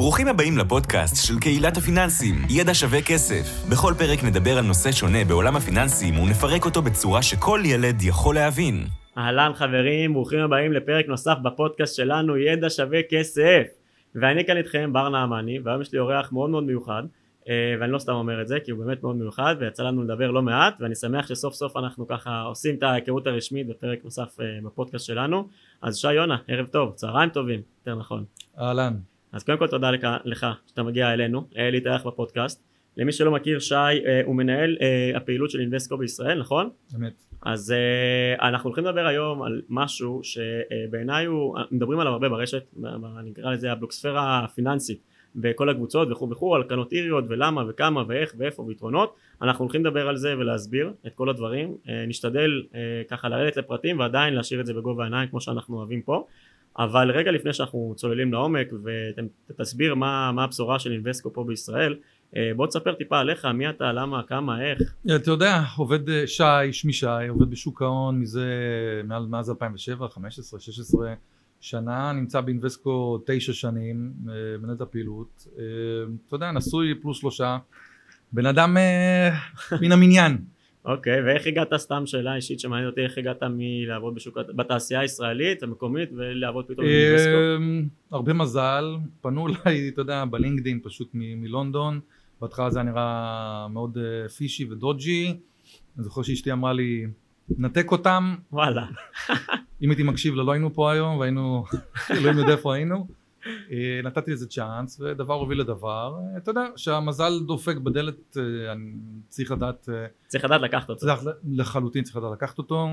ברוכים הבאים לפודקאסט של קהילת הפיננסים, ידע שווה כסף. בכל פרק נדבר על נושא שונה בעולם הפיננסים ונפרק אותו בצורה שכל ילד יכול להבין. אהלן חברים, ברוכים הבאים לפרק נוסף בפודקאסט שלנו, ידע שווה כסף. ואני כאן איתכם, בר נעמני, והיום יש לי אורח מאוד מאוד מיוחד, ואני לא סתם אומר את זה, כי הוא באמת מאוד מיוחד, ויצא לנו לדבר לא מעט, ואני שמח שסוף סוף אנחנו ככה עושים את ההיכרות הרשמית בפרק נוסף בפודקאסט שלנו. אז שי יונה, ערב טוב, צהריים טובים, יותר נכון. אהלן. אז קודם כל תודה לך שאתה מגיע אלינו, להתארח בפודקאסט. למי שלא מכיר, שי הוא מנהל הפעילות של אינבסטקו בישראל, נכון? באמת. אז אנחנו הולכים לדבר היום על משהו שבעיניי מדברים עליו הרבה ברשת, אני אקרא לזה הבלוקספירה הפיננסית בכל הקבוצות וכו', על קרנות איריות ולמה וכמה ואיך ואיפה ויתרונות. אנחנו הולכים לדבר על זה ולהסביר את כל הדברים, נשתדל ככה לרדת לפרטים ועדיין להשאיר את זה בגובה העיניים כמו שאנחנו אוהבים פה. אבל רגע לפני שאנחנו צוללים לעומק ותסביר מה הבשורה של אינבסטקו פה בישראל, בוא תספר טיפה עליך, מי אתה, למה, כמה, איך. אתה יודע, עובד שמי שי, עובד בשוק ההון מאז 2007, 15, 16 שנה, נמצא באינבסטקו 9 שנים, מנהל את הפעילות, אתה יודע, נשוי פלוס 3, בן אדם מן המניין. אוקיי, ואיך הגעת, סתם שאלה אישית שמעניינת אותי, איך הגעת מלעבוד בתעשייה הישראלית, המקומית, ולעבוד פתאום באינבסטקו? הרבה מזל, פנו אליי, אתה יודע, בלינקדין פשוט מלונדון, בהתחלה זה היה מאוד פישי ודודג'י, אני זוכר שאשתי אמרה לי, נתק אותם. וואלה. אם הייתי מקשיב לה, לא היינו פה היום, והיינו, אלוהים יודע איפה היינו. נתתי לזה צ'אנס, ודבר הוביל לדבר. אתה יודע, שהמזל דופק בדלת, אני צריך לדעת... צריך לדעת לקחת אותו. לחלוטין צריך לדעת לקחת אותו.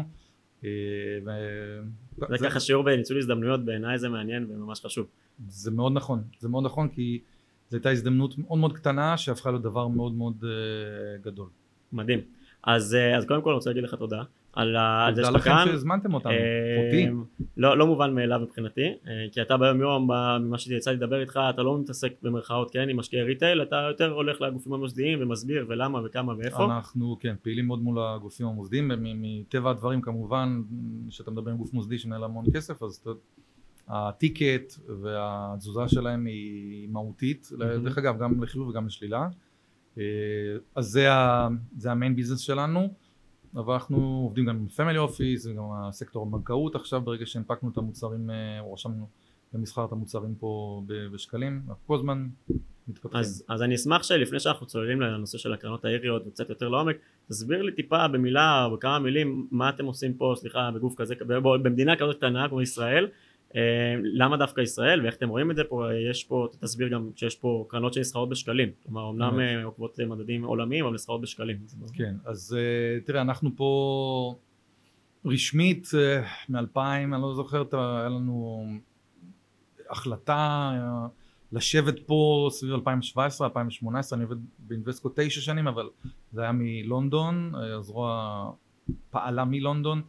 זה ככה שיעור בניצול הזדמנויות, בעיניי זה מעניין וממש חשוב. זה מאוד נכון, כי זו הייתה הזדמנות מאוד מאוד קטנה, שהפכה להיות דבר מאוד מאוד גדול. מדהים. אז קודם כל אני רוצה להגיד לך תודה על זה שאתה כאן. תודה לכם שהזמנתם אותנו, אותי. לא מובן מאליו מבחינתי, כי אתה ביום יום, ממה שיצא לדבר איתך, אתה לא מתעסק במרכאות, כן, עם משקיעי ריטייל, אתה יותר הולך לגופים המוסדיים ומסביר ולמה וכמה ואיפה. אנחנו, כן, פעילים מאוד מול הגופים המוסדיים, מטבע הדברים כמובן, שאתה מדבר עם גוף מוסדי שמנהל המון כסף, אז הטיקט והתזוזה שלהם היא מהותית, דרך אגב, גם לחיוב וגם לשלילה. אז זה המיין ביזנס שלנו, אבל אנחנו עובדים גם עם פמילי אופיס וגם הסקטור הבנקאות עכשיו, ברגע שהנפקנו את המוצרים או רשמנו למסחר את המוצרים פה בשקלים, אנחנו כל הזמן מתפתחים. אז אני אשמח שלפני שאנחנו צוללים לנושא של הקרנות האיריות וקצת יותר לעומק, תסביר לי טיפה במילה או בכמה מילים מה אתם עושים פה, סליחה, בגוף כזה, במדינה כזאת קטנה כמו ישראל, למה דווקא ישראל ואיך אתם רואים את זה פה. יש פה, תסביר גם שיש פה קרנות שנסחרות בשקלים, כלומר אמנם עוקבות מדדים עולמיים אבל נסחרות בשקלים. כן, אז תראה, אנחנו פה רשמית מ-2000, אני לא זוכר, היה לנו החלטה לשבת פה סביב 2017, 2018, אני עובד באינבסטקו 9 שנים, אבל זה היה מלונדון, הזרוע פעלה מלונדון.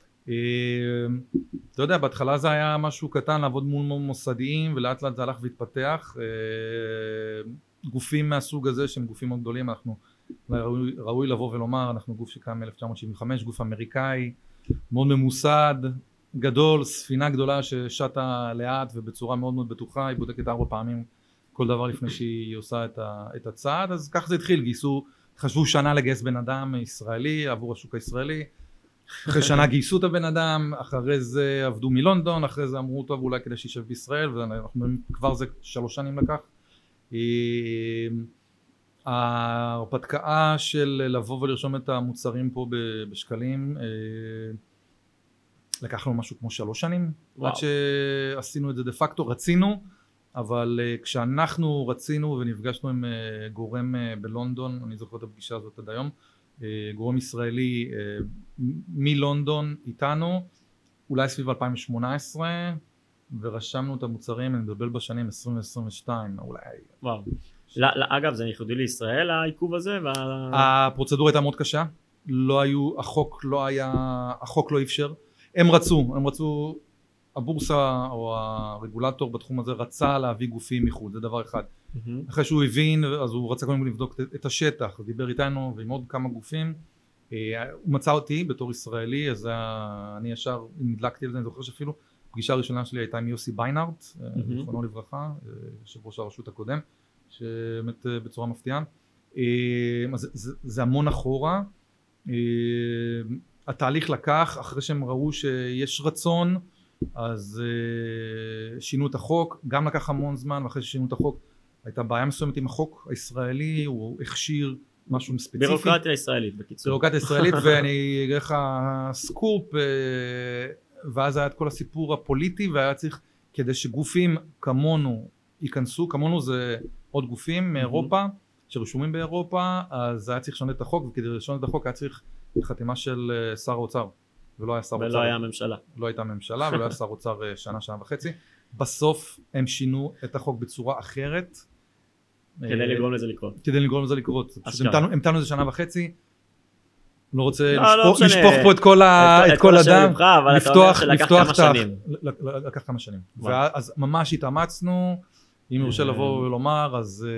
אתה יודע, בהתחלה זה היה משהו קטן לעבוד מול מוסדיים, ולאט לאט זה הלך והתפתח. גופים מהסוג הזה שהם גופים מאוד גדולים, אנחנו ראוי לבוא ולומר, אנחנו גוף שקם מ-1975, גוף אמריקאי מאוד ממוסד, גדול, ספינה גדולה ששטה לאט ובצורה מאוד מאוד בטוחה, היא בודקת 4 פעמים כל דבר לפני שהיא עושה את הצעד. אז כך זה התחיל, חשבו שנה לגייס בן אדם ישראלי עבור השוק הישראלי, אחרי שנה גייסו את הבן אדם, אחרי זה עבדו מלונדון, אחרי זה אמרו טוב אולי כדי שישב בישראל, ואנחנו כבר זה 3 שנים לקח. ההרפתקה של לבוא ולרשום את המוצרים פה בשקלים לקח לנו משהו כמו 3 שנים, עד שעשינו את זה דה פקטו. רצינו, אבל כשאנחנו רצינו ונפגשנו עם גורם בלונדון, אני זוכר את הפגישה הזאת עד היום, גורם ישראלי מלונדון איתנו, אולי סביב 2018, ורשמנו את המוצרים, אני מדבר בשנים 2022 אולי. וואו. אגב, זה ייחודי לישראל העיכוב הזה? הפרוצדורה הייתה מאוד קשה, החוק לא אפשר. הם רצו, הבורסה או הרגולטור בתחום הזה רצה להביא גופים מחו"ל, זה דבר אחד. אחרי שהוא הבין, אז הוא רצה קודם לבדוק את השטח, דיבר איתנו ועם עוד כמה גופים. הוא מצא אותי בתור ישראלי, אז אני ישר נדלקתי על זה. אני זוכר שאפילו הפגישה הראשונה שלי הייתה עם יוסי ביינארט, זכרונו לברכה, יושב ראש הרשות הקודם, שמת בצורה מפתיעה. אז זה המון אחורה. התהליך לקח, אחרי שהם ראו שיש רצון, אז שינו את החוק, גם לקח המון זמן, ואחרי ששינו את החוק, הייתה בעיה מסוימת עם החוק הישראלי, הוא הכשיר משהו ספציפי. בירוקרטיה ישראלית, בקיצור. בירוקרטיה ישראלית, ואני אגיד לך סקופ, ואז היה את כל הסיפור הפוליטי, והיה צריך, כדי שגופים כמונו ייכנסו, כמונו זה עוד גופים מאירופה, שרשומים באירופה, אז היה צריך לשנות את החוק, וכדי לשנות את החוק היה צריך חתימה של שר האוצר, ולא היה שר אוצר. ולא היה ממשלה. לא הייתה ממשלה, ולא היה שר אוצר שנה וחצי. בסוף הם שינו את החוק בצורה אחרת. כדי לגרום לזה לקרות. כדי לגרום לזה לקרות. המתנו איזה שנה וחצי. לא רוצה לא לשפוך פה את כל הדם. אבל אתה אומר שלקח כמה שנים. לקח כמה שנים. אז ממש התאמצנו. אם יורשה לבוא ולומר,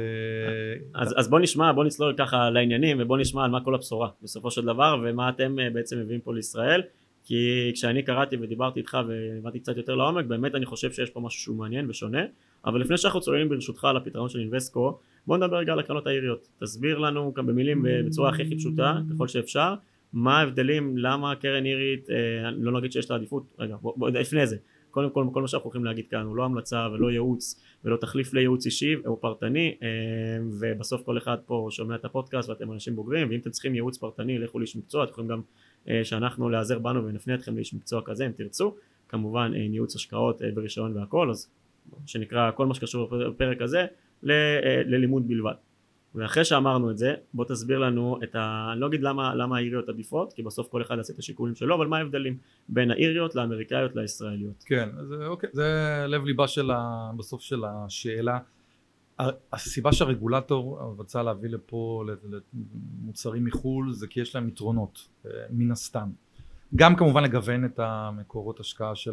אז בוא נשמע, בוא נצלול ככה לעניינים, ובוא נשמע על מה כל הבשורה בסופו של דבר, ומה אתם בעצם מביאים פה לישראל. כי כשאני קראתי ודיברתי איתך והבנתי קצת יותר לעומק, באמת אני חושב שיש פה משהו שהוא מעניין ושונה. אבל לפני שאנחנו צוללים ברשותך על הפתרון של אינבסטקו, בוא נדבר רגע על הקרנות האיריות. תסביר לנו כאן במילים בצורה הכי פשוטה ככל שאפשר, מה ההבדלים, למה הקרן אירית, לא נגיד שיש לה עדיפות, רגע בוא לפני זה, קודם כל כל מה שאנחנו הולכים להגיד כאן הוא לא המלצה ולא ייעוץ ולא תחליף לייעוץ אישי או פרטני, ובסוף כל אחד פה שומע את הפודקאסט ואתם אנשים בוגרים, ואם אתם צריכים ייעוץ פרטני לכו לאיש מקצוע, אתם יכולים גם שאנחנו להיעזר בנו ונפנה אתכם לאיש מקצוע כזה אם תרצו, כמובן ייעוץ השקעות ברישיון והכל, אז שנקרא כל מה שקשור בפרק הזה ללימוד בלבד. ואחרי שאמרנו את זה, בוא תסביר לנו אני לא אגיד למה האיריות עדיפות, כי בסוף כל אחד יעשה את השיקולים שלו, אבל מה ההבדלים בין האיריות לאמריקאיות לישראליות? כן, זה לב ליבה בסוף של השאלה. הסיבה שהרגולטור רצה להביא לפה למוצרים מחול, זה כי יש להם יתרונות, מן הסתם. גם כמובן לגוון את המקורות השקעה של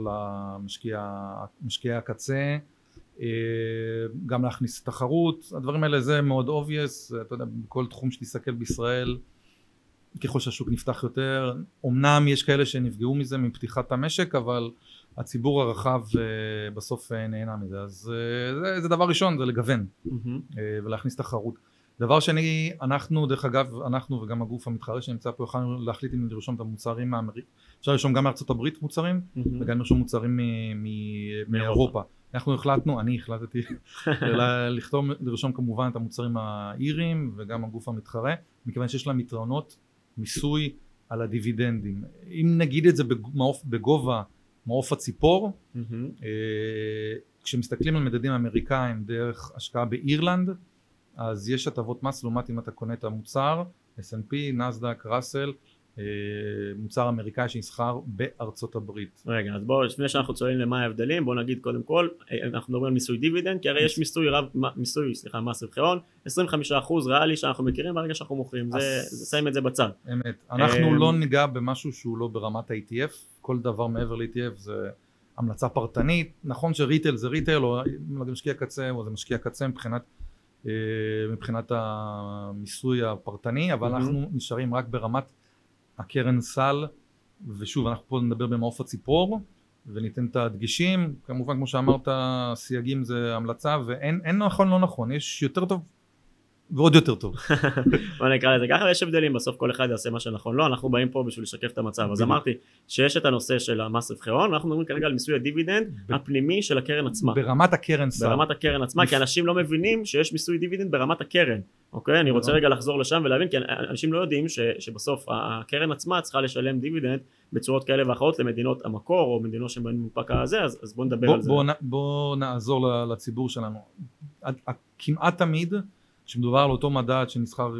משקיעי הקצה, גם להכניס תחרות, הדברים האלה זה מאוד obvious, אתה יודע, בכל תחום שתסתכל בישראל, ככל שהשוק נפתח יותר, אמנם יש כאלה שנפגעו מזה מפתיחת המשק, אבל הציבור הרחב בסוף נהנה מזה, אז זה דבר ראשון, זה לגוון ולהכניס תחרות. דבר שני, אנחנו דרך אגב, אנחנו וגם הגוף המתחרה שנמצא פה, יכולנו להחליט אם לרשום את המוצרים אפשר לרשום גם מארצות הברית מוצרים, וגם לרשום מוצרים מאירופה. אני החלטתי לרשום כמובן את המוצרים האיריים וגם הגוף המתחרה, מכיוון שיש להם יתרונות מיסוי על הדיבידנדים. אם נגיד את זה בגובה מעוף הציפור, כשמסתכלים על מדדים אמריקאים דרך השקעה באירלנד, אז יש הטבות מס לעומת אם אתה קונה את המוצר S&P, נסדק, ראסל, מוצר אמריקאי שנסחר בארצות הברית. רגע, אז בואו, לפני שאנחנו צוללים למה ההבדלים, בואו נגיד קודם כל, אנחנו מדברים על מיסוי דיבידנד, כי הרי יש מס רווחי הון, 25% ריאלי שאנחנו מכירים ברגע שאנחנו מוכרים, שמים את זה בצד. אמת, אנחנו לא ניגע במשהו שהוא לא ברמת ה-ETF, כל דבר מעבר ל-ETF זה המלצה פרטנית, נכון שריטל זה ריטל, או משקיע קצה, או זה משקיע קצה מבחינת המיסוי הפרטני, אבל אנחנו נשארים רק ברמת הקרן סל, ושוב אנחנו פה נדבר במעוף הציפור וניתן את הדגישים, כמובן כמו שאמרת סייגים זה המלצה ואין נכון לא נכון, יש יותר טוב ועוד יותר טוב. בוא נקרא לזה ככה, ויש הבדלים, בסוף כל אחד יעשה מה שנכון לא, אנחנו באים פה בשביל לשקף את המצב, אז אמרתי שיש את הנושא של המס רווחי הון, אנחנו מדברים כרגע על מיסוי הדיבידנד הפנימי של הקרן עצמה. ברמת הקרן סל. ברמת הקרן עצמה, כי אנשים לא מבינים שיש מיסוי דיבידנד ברמת הקרן, אוקיי? אני רוצה רגע לחזור לשם ולהבין, כי אנשים לא יודעים שבסוף הקרן עצמה צריכה לשלם דיבידנד בצורות כאלה ואחרות למדינות המקור, או מדינות שבהן מונפק הזה, אז בוא נדבר על זה. בוא נעזור לציבור שלנו. כמעט תמיד שמדובר על אותו מדד שנסחר,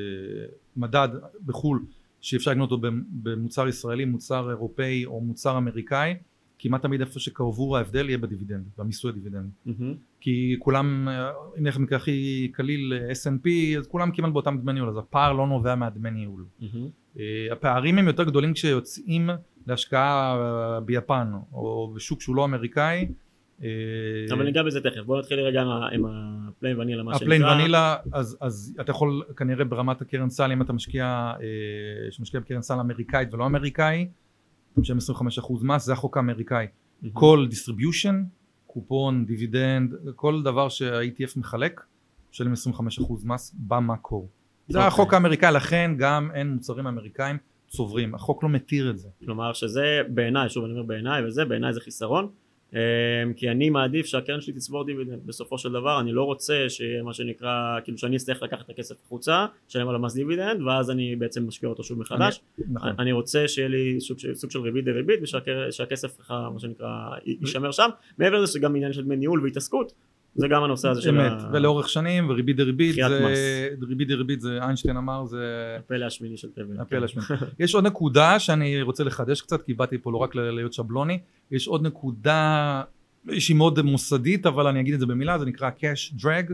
מדד בחול שאפשר לקנות אותו במוצר ישראלי, מוצר אירופאי או מוצר אמריקאי, כמעט תמיד איפה שכעבור ההבדל יהיה בדיבידנד, במיסוי הדיבידנד. כי כולם, אם נלך מקרה הכי קליל S&P, אז כולם כמעט באותם דמי ניהול, אז הפער לא נובע מהדמי ניהול. הפערים הם יותר גדולים כשיוצאים להשקעה ביפן או בשוק שהוא לא אמריקאי. אבל ניגע בזה תכף, בוא נתחיל רגע עם הפליין ונילה, מה שנקרא. הפליין ונילה, אז אתה יכול כנראה ברמת הקרן סל, אם אתה משקיע בקרן סל אמריקאית ולא אמריקאי, אתה משלם 25% מס, זה החוק האמריקאי. כל distribution, קופון, דיבידנד, כל דבר שה-ETF מחלק, משלם 25% מס במקור. זה החוק האמריקאי, לכן גם אין מוצרים אמריקאים צוברים, החוק לא מתיר את זה. כלומר שזה בעיניי, שוב אני אומר בעיניי, בעיניי זה חיסרון, כי אני מעדיף שהקרן שלי תצבור דיבידנד. בסופו של דבר אני לא רוצה שיהיה מה שנקרא, כאילו שאני אצטרך לקחת את הכסף החוצה, שלם על המס דיבידנד, ואז אני בעצם משקיע אותו שוב מחדש. אני רוצה שיהיה לי סוג של ריבית דריבית, ושהכסף לך מה שנקרא יישמר שם. מעבר לזה שגם עניין של דמי ניהול והתעסקות, זה גם הנושא הזה של ולאורך שנים, וריבית דריבית, ריבית דריבית זה איינשטיין אמר, זה הפלא השמיני של תבל. הפלא השמיני. יש עוד נקודה שאני רוצה לחדש קצת, כי באתי פה לא רק להיות שבלוני, יש עוד נקודה שהיא מאוד מוסדית, אבל אני אגיד את זה במילה, זה נקרא cash drag.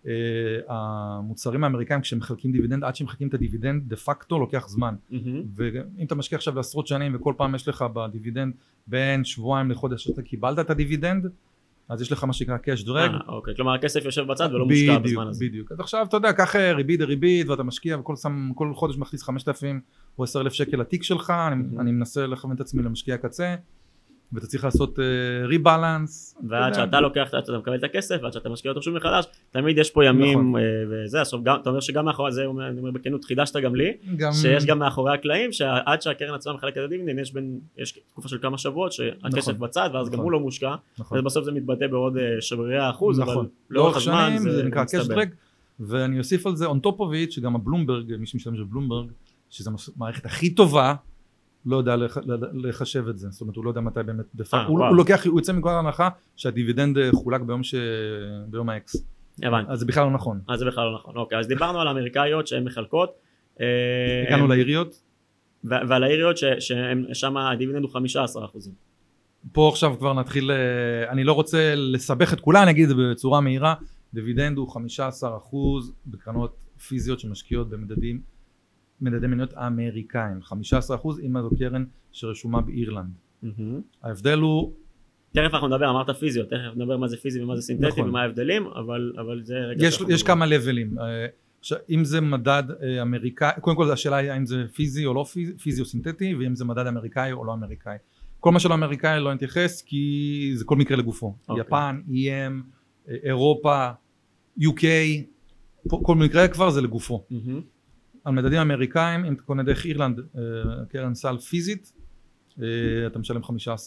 המוצרים האמריקאים כשהם מחלקים דיבידנד, עד שהם מחלקים את הדיבידנד דה פקטו לוקח זמן, ואם אתה משקיע עכשיו לעשרות שנים וכל פעם יש לך בדיבידנד בין שבועיים לחודש שאתה קיבלת את הדיבידנד, אז יש לך מה שנקרא cash drag. אוקיי, כלומר הכסף יושב בצד ולא מושקע בזמן הזה. בדיוק. אז עכשיו אתה יודע, קח ריבית ואתה משקיע וכל חודש מכניס 5,000 או 10,000 שקל לתיק שלך, אני מנסה לכוון את עצמי למשקיע קצה, ואתה צריך לעשות ריבלנס. ועד שאתה לוקח, אתה מקבל את הכסף, ועד שאתה משקיע אותו שוב מחדש, תמיד יש פה ימים וזה, עכשיו אתה אומר שגם מאחורי זה, אני אומר בכנות, חידשת גם לי, שיש גם מאחורי הקלעים, שעד שהקרן עצמה מחלקת את הדיבידנד, יש תקופה של כמה שבועות שהכסף בצד, ואז גם הוא לא מושקע, ובסוף זה מתבטא בעוד שברירי האחוז, אבל לאורך הזמן זה נקרא cash drag, ואני אוסיף על זה, on top of it, שגם הבלומברג, מי שמשתמש בבלומברג, שזו המערכת הכי טובה, לא יודע לחשב את זה, זאת אומרת הוא לא יודע מתי באמת הוא יוצא מכל הנחה שהדיבידנד חולק ביום ה-X, אז זה בכלל לא נכון. אוקיי, אז דיברנו על האמריקאיות שהן מחלקות, הגענו לעיריות, ועל העיריות ששם הדיבידנד הוא 15%. פה עכשיו כבר נתחיל, אני לא רוצה לסבך את כולה, אני אגיד את זה בצורה מהירה, דיבידנד הוא 15% בקרנות פיזיות שמשקיעות מדדי מניות האמריקאים, 15% אם זו קרן שרשומה באירלנד. ההבדל הוא... תכף אנחנו נדבר, אמרת פיזיות, תכף נדבר מה זה פיזי ומה זה סינתטי ומה ההבדלים, אבל זה רגע... יש כמה לבלים. אם זה מדד אמריקאי, קודם כל השאלה היא האם זה פיזי או לא פיזי או סינתטי, ואם זה מדד אמריקאי או לא אמריקאי. כל מה שלא אמריקאי לא נתייחס, כי זה כל מקרה לגופו. יפן, EM, אירופה, UK, כל מקרה כבר זה לגופו. על מדדים אמריקאים, אם אתה קונה דרך אירלנד קרן סל פיזית, אתה משלם 15%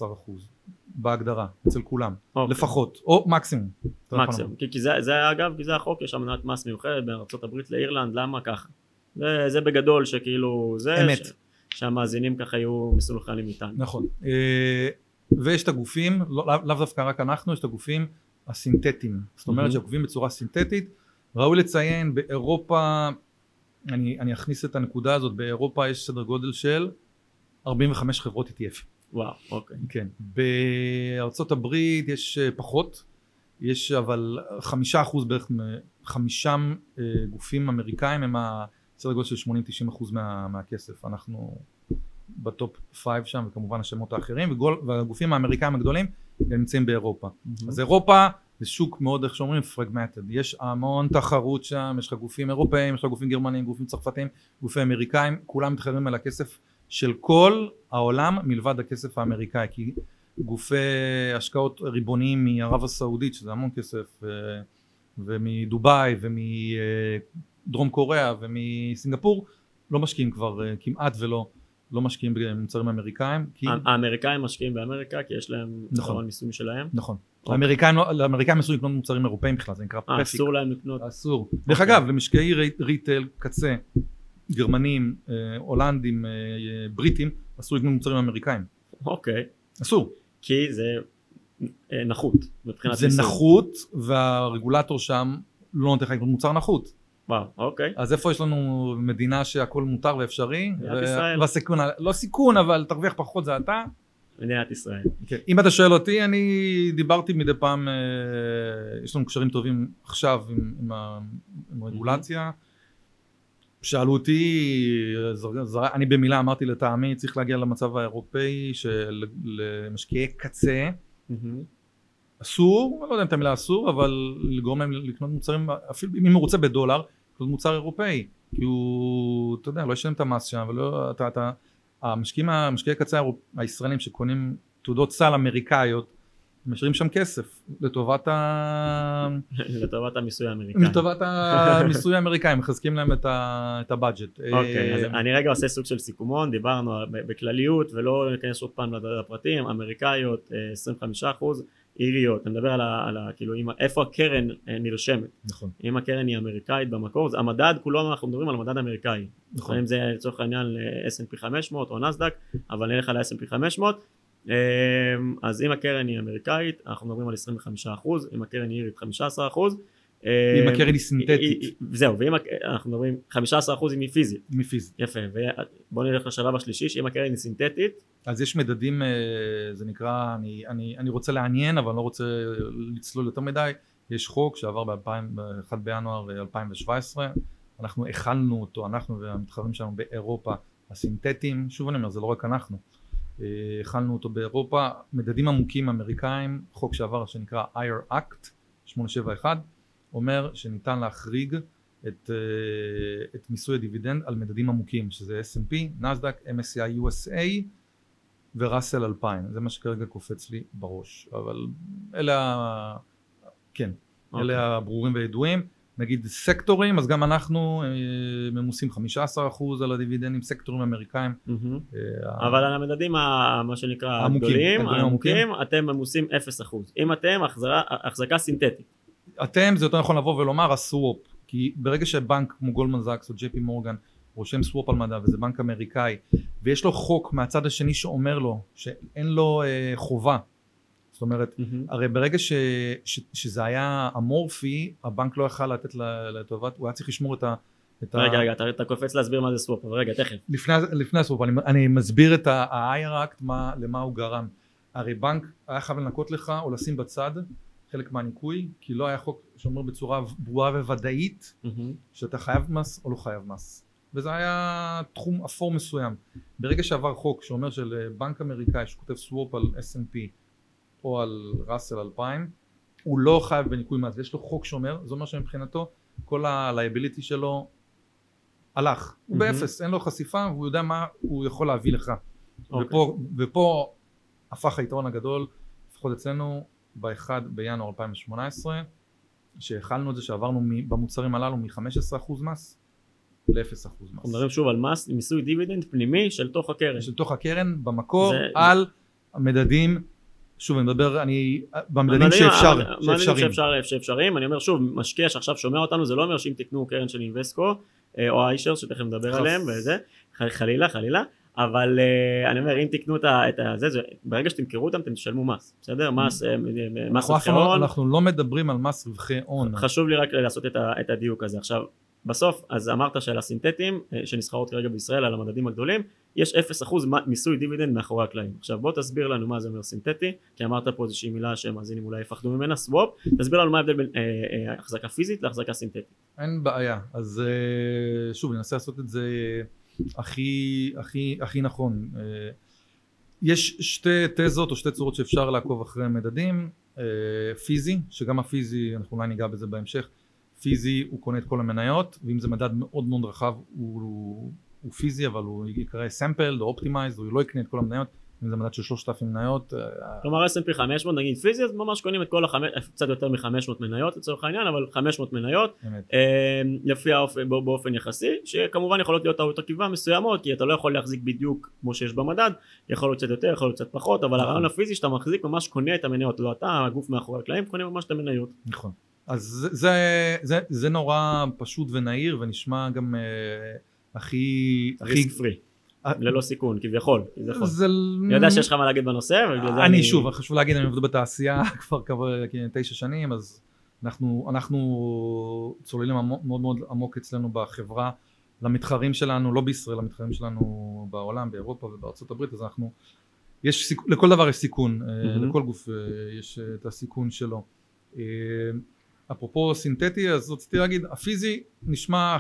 בהגדרה, אצל כולם, לפחות, או מקסימום. כי זה אגב, כי זה החוק, יש אמנת מס מיוחדת בין ארצות הברית לאירלנד, למה ככה? זה בגדול שכאילו, זה שהמאזינים ככה יהיו מסונכרנים איתנו. נכון, ויש את הגופים, לאו דווקא רק אנחנו, יש את הגופים הסינתטיים, זאת אומרת שהגופים בצורה סינתטית, ראוי לציין באירופה, אני אכניס את הנקודה הזאת, באירופה יש סדר גודל של 45 חברות ETF. וואו, אוקיי. כן. בארצות הברית יש פחות, יש אבל 5% בערך, 5 גופים אמריקאים הם סדר גודל של 80-90% מהכסף. אנחנו בטופ 5 שם, וכמובן השמות האחרים, והגופים האמריקאים הגדולים נמצאים באירופה. אז אירופה זה שוק מאוד, איך שאומרים, פרגמנטד. יש המון תחרות שם, יש לך גופים אירופאים, יש לך גופים גרמנים, גופים צרפתים, גופים אמריקאים, כולם מתחרים על הכסף של כל העולם מלבד הכסף האמריקאי, כי גופי השקעות ריבוניים מערב הסעודית, שזה המון כסף, ומדובאי ומדרום קוריאה ומסינגפור, לא משקיעים כבר כמעט ולא משקיעים במוצרים אמריקאים. האמריקאים משקיעים באמריקה כי יש להם נכון מיסוי שלהם. נכון. לאמריקאים אסור לקנות מוצרים אירופאים בכלל, זה נקרא פרפיק. אסור להם לקנות. אסור. דרך אגב, למשקיעי ריטל קצה, גרמנים, הולנדים, בריטים, אסור לקנות מוצרים אמריקאים. אוקיי. אסור. כי זה נחות. זה נחות, והרגולטור שם לא נותן לך לקנות מוצר נחות. וואו, אוקיי. אז איפה יש לנו מדינה שהכל מותר ואפשרי? מדינת ישראל. והסיכון, לא סיכון, אבל תרוויח פחות זה אתה. מדינת ישראל. כן. אם אתה שואל אותי, אני דיברתי מדי פעם, יש לנו קשרים טובים עכשיו עם רגולציה. שאלו אותי, אני במילה אמרתי לטעמי, צריך להגיע למצב האירופאי שלמשקיעי קצה, אסור, אני לא יודע אם את המילה אסור, אבל לגרום להם לקנות מוצרים, אפילו אם הוא רוצה בדולר, לקנות מוצר אירופאי, כי הוא, אתה יודע, לא ישלם את המס שם, ולא, המשקיעי קצה הישראלים שקונים תעודות סל אמריקאיות, משאירים שם כסף לטובת לטובת המיסוי האמריקאי. לטובת המיסוי האמריקאי, מחזקים להם את הבאג'ט. אוקיי, אז אני רגע עושה סוג של סיכומון, דיברנו בכלליות ולא ניכנס עוד פעם לפרטים, אמריקאיות 25%, איריות, אני מדבר על כאילו איפה הקרן נרשמת. נכון. אם הקרן היא אמריקאית במקור, המדד כולו אנחנו מדברים על המדד האמריקאי. נכון. אם זה לצורך העניין ל-S&P 500 או נסדק, אבל נלך על ה-S&P 500, אז אם הקרן היא אמריקאית אנחנו מדברים על 25%, אם הקרן היא אירית 15%, אם הקרן היא סינתטית. זהו, ואם אנחנו מדברים 15% אם היא פיזית. מפיזית. יפה, ובואו נלך לשלב השלישי, שאם הקרן היא סינתטית. אז יש מדדים, זה נקרא, אני רוצה לעניין אבל אני לא רוצה לצלול יותר מדי, יש חוק שעבר ב-1 בינואר 2017, אנחנו הכלנו אותו, אנחנו והמתחרים שלנו באירופה, הסינתטיים, שוב אני אומר, זה לא רק אנחנו, הכלנו אותו באירופה, מדדים עמוקים אמריקאים, חוק שעבר שנקרא IR Act 871, אומר שניתן להחריג את מיסוי הדיבידנד על מדדים עמוקים, שזה S&P, נסדק, MSCI USA וראסל 2000, זה מה שכרגע קופץ לי בראש, אבל אלה הברורים וידועים. נגיד סקטורים, אז גם אנחנו ממוסים 15% על הדיבידנדים, סקטורים אמריקאים. אבל על המדדים מה שנקרא הגדולים, העמוקים, אתם ממוסים 0%. אם אתם החזקה סינתטית. אתם, זה יותר נכון לבוא ולומר הסוואפ, כי ברגע שבנק כמו גולדמן זאקס או ג'יי פי מורגן רושם סוואפ על מדע וזה בנק אמריקאי, ויש לו חוק מהצד השני שאומר לו שאין לו חובה, זאת אומרת, הרי ברגע שזה היה אמורפי, הבנק לא יכל לתת לטובת, הוא היה צריך לשמור את רגע, אתה קופץ להסביר מה זה סוואפ, אבל רגע, תכף. לפני הסוואפ, אני מסביר את ה-IR Act, למה הוא גרם. הרי בנק היה חייב לנקות לך או לשים בצד חלק מהניקוי, כי לא היה חוק שאומר בצורה ברורה וודאית, שאתה חייב מס או לא חייב מס. וזה היה תחום אפור מסוים. ברגע שעבר חוק שאומר של בנק אמריקאי שכותב סוואפ על S&P, או על ראסל 2000, הוא לא חייב בניקוי מס, ויש לו חוק שאומר, זה אומר שמבחינתו כל ה-liability שלו הלך, הוא באפס, אין לו חשיפה והוא יודע מה הוא יכול להביא לך. ופה הפך היתרון הגדול, לפחות אצלנו ב-1 בינואר 2018, שהחלנו את זה שעברנו במוצרים הללו מ-15% מס ל-0% מס. אנחנו מדברים שוב על מס, מיסוי דיבידנד פנימי של תוך הקרן. של תוך הקרן במקור על המדדים, שוב אני מדבר, במדדים שאפשריים, אני אומר שוב, משקיע שעכשיו שומע אותנו, זה לא אומר שאם תקנו קרן של אינבסקו, או האישר שתכף נדבר עליהם, וזה, חלילה, אבל אני אומר, אם תקנו את זה, ברגע שתמכרו אותם, אתם תשלמו מס, בסדר? מס רווחי הון. אנחנו לא מדברים על מס רווחי הון. חשוב לי רק לעשות את הדיוק הזה. עכשיו, בסוף, אז אמרת שעל הסינתטיים, שנסחרות כרגע בישראל, על המדדים הגדולים, יש 0% מיסוי דיבידנד מאחורי הקלעים. עכשיו בוא תסביר לנו מה זה אומר סינתטי, כי אמרת פה איזושהי מילה שמאזינים אולי יפחדו ממנה, סוואפ, תסביר לנו מה ההבדל בין החזקה פיזית להחזקה סינתטית. אין בעיה, אז שוב ננסה לעשות את זה הכי נכון. יש שתי תזות או שתי צורות שאפשר לעקוב אחרי מדדים, פיזי, שגם הפיזי, אנחנו אולי ניגע בזה בהמשך, פיזי הוא קונה את כל המניות, ואם זה מדד מאוד מאוד רחב הוא פיזי, אבל הוא יקרא sampled או optimized, הוא לא יקנה את כל המניות, אם זה מדד של 3,000 מניות. כלומר S&P 500 נגיד פיזי, אז ממש קונים את כל קצת יותר מ-500 מניות לצורך העניין, אבל 500 מניות, לפי באופן יחסי, שכמובן יכולות להיות טעויות עקיבה מסוימות, כי אתה לא יכול להחזיק בדיוק כמו שיש במדד, יכול להיות קצת יותר, יכול להיות קצת פחות, אבל הרעיון הפיזי שאתה מחזיק ממש קונה את המניות, לא אתה, הגוף מאחורי הקלעים, קונה ממש את המניות. נכון. אז זה נורא פשוט ונהיר, ונשמע גם הכי ריסק פרי, ללא סיכון כביכול. אני יודע שיש לך מה להגיד בנושא. אני שוב, חשוב להגיד, אני עובד בתעשייה כבר 9 שנים, אז אנחנו צוללים מאוד מאוד עמוק אצלנו בחברה, למתחרים שלנו, לא בישראל, למתחרים שלנו בעולם, באירופה ובארצות הברית, אז לכל דבר יש סיכון, לכל גוף יש את הסיכון שלו. אפרופו סינתטי, אז רציתי להגיד, הפיזי נשמע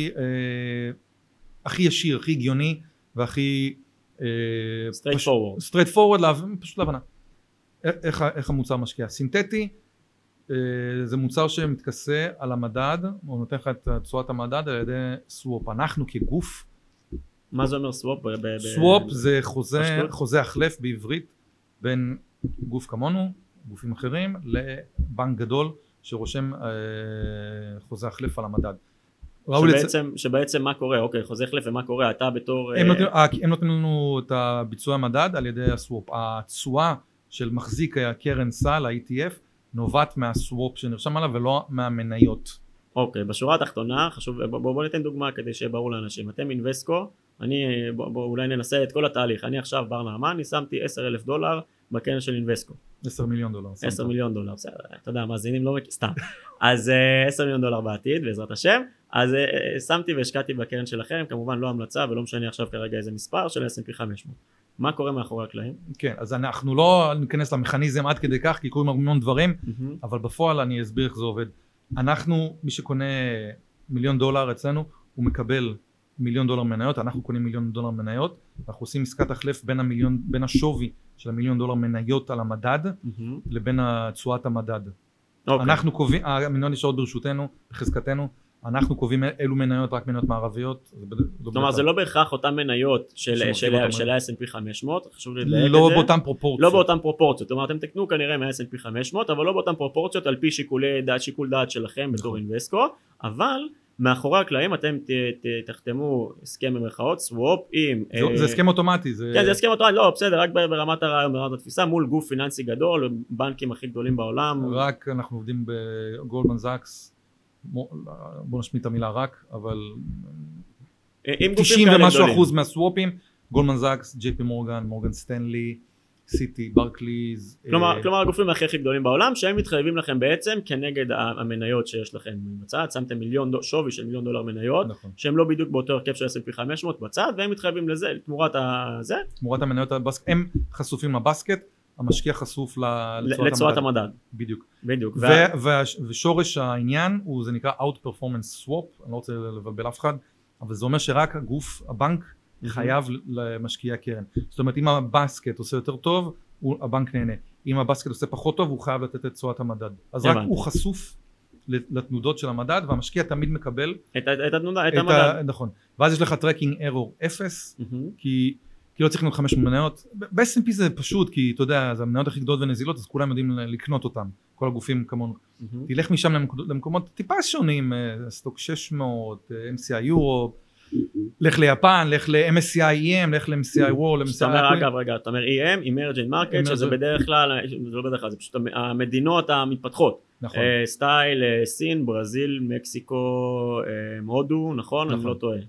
הכי ישיר, הכי הגיוני והכי straight forward, פשוט להבנה איך המוצר משקיע. סינתטי זה מוצר שמתכסה על המדד, או נותן לך את תשואת המדד על ידי סוואפ. אנחנו כגוף, מה זה אומר סוואפ? סוואפ זה חוזה החלף בעברית, בין גוף כמונו, גופים אחרים, לבנק גדול שרושם חוזה החלף על המדד. שבעצם מה קורה? אוקיי, חוזה החלף ומה קורה? אתה בתור... הם נותנים לנו את הביצוע המדד על ידי הסוואפ. התשואה של מחזיק הקרן סל, ה-ETF, נובעת מהסוואפ שנרשם עליו ולא מהמניות. אוקיי, בשורה התחתונה, חשוב, בוא ניתן דוגמה כדי שיהיה ברור לאנשים. אתם אינבסקו, בוא אולי ננסה את כל התהליך. אני עכשיו בר נעמן, אני שמתי $10,000 בקרן של אינבסקו. $10 מיליון. $10 מיליון, בסדר, אתה יודע, מאזינים לא סתם. אז $10 מיליון בעתיד, בעזרת השם. אז שמתי והשקעתי בקרן שלכם, כמובן לא המלצה ולא משנה עכשיו כרגע איזה מספר של S&P 500. מה קורה מאחורי הקלעים? כן, אז אנחנו לא ניכנס למכניזם עד כדי כך, כי קוראים המון דברים, אבל בפועל אני אסביר איך זה עובד. אנחנו, מי שקונה $1 מיליון אצלנו, הוא מקבל $1 מיליון מניות, אנחנו קונים $1 מיליון מניות, אנחנו עושים עסקת החלף בין השווי של $1 מיליון מניות על המדד, לבין תשואת המדד. אנחנו קובעים, המניות נשארות ברשותנו, בחזקתנו, אנחנו קובעים אילו מניות, רק מניות מערביות. כלומר, זה לא בהכרח אותן מניות של ה-S&P 500, חשוב לדייק את זה. לא באותן פרופורציות. לא באותן פרופורציות, זאת אומרת, אתם תקנו כנראה מה-S&P 500, אבל לא באותן פרופורציות על פי שיקול דעת שלכם בתור אינבסקו, אבל מאחורי הקלעים אתם תחתמו הסכם במרכאות, סוואפ עם... זה הסכם אוטומטי. כן, זה הסכם אוטומטי, לא, בסדר, רק ברמת הרעיון, ברמת התפיסה, מול גוף פיננסי גדול, בנקים הכי גדולים בעולם. רק אנחנו עובדים בגולדמן זאקס, בוא נשמיט את המילה רק, אבל 90 ומשהו אחוז מהסוואפים, גולדמן זאקס, ג'יי פי מורגן, מורגן סטנלי, סיטי, ברקליז. כלומר הגופים הכי גדולים בעולם, שהם מתחייבים לכם בעצם כנגד המניות שיש לכם בצד, שמתם שווי של $1 מיליון מניות, שהם לא בדיוק באותו הרכב של S&P 500 בצד, והם מתחייבים לזה, תמורת המניות, הם חשופים לבסקט, המשקיע חשוף לצורת המדד. בדיוק. ושורש העניין הוא, זה נקרא Outperformance Swap, אני לא רוצה לבלבל אף אחד, אבל זה אומר שרק הבנק חייב למשקיע הקרן. זאת אומרת, אם הבסקט עושה יותר טוב, הבנק נהנה. אם הבסקט עושה פחות טוב, הוא חייב לתת את צורת המדד. אז רק הוא חשוף לתנודות של המדד, והמשקיע תמיד מקבל את המדד. נכון. ואז יש לך טרקינג ארור 0, כי לא צריך לקנות 500 מניות. ב-S&P זה פשוט, כי אתה יודע, זה המניות הכי גדולות ונזילות, אז כולם יודעים לקנות אותם, כל הגופים כמונו. תלך משם למקומות טיפה שונים, סטוק 600, MCI יורופ, לך ליפן, לך ל-MSCI EM, לך ל-MSCI World, רגע, אתה אומר EM, Emerging Market, שזה בדרך כלל, זה לא בדרך כלל, זה פשוט המדינות המתפתחות. סטייל, סין, ברזיל, מקסיקו, הודו, נכון? אני לא טועה.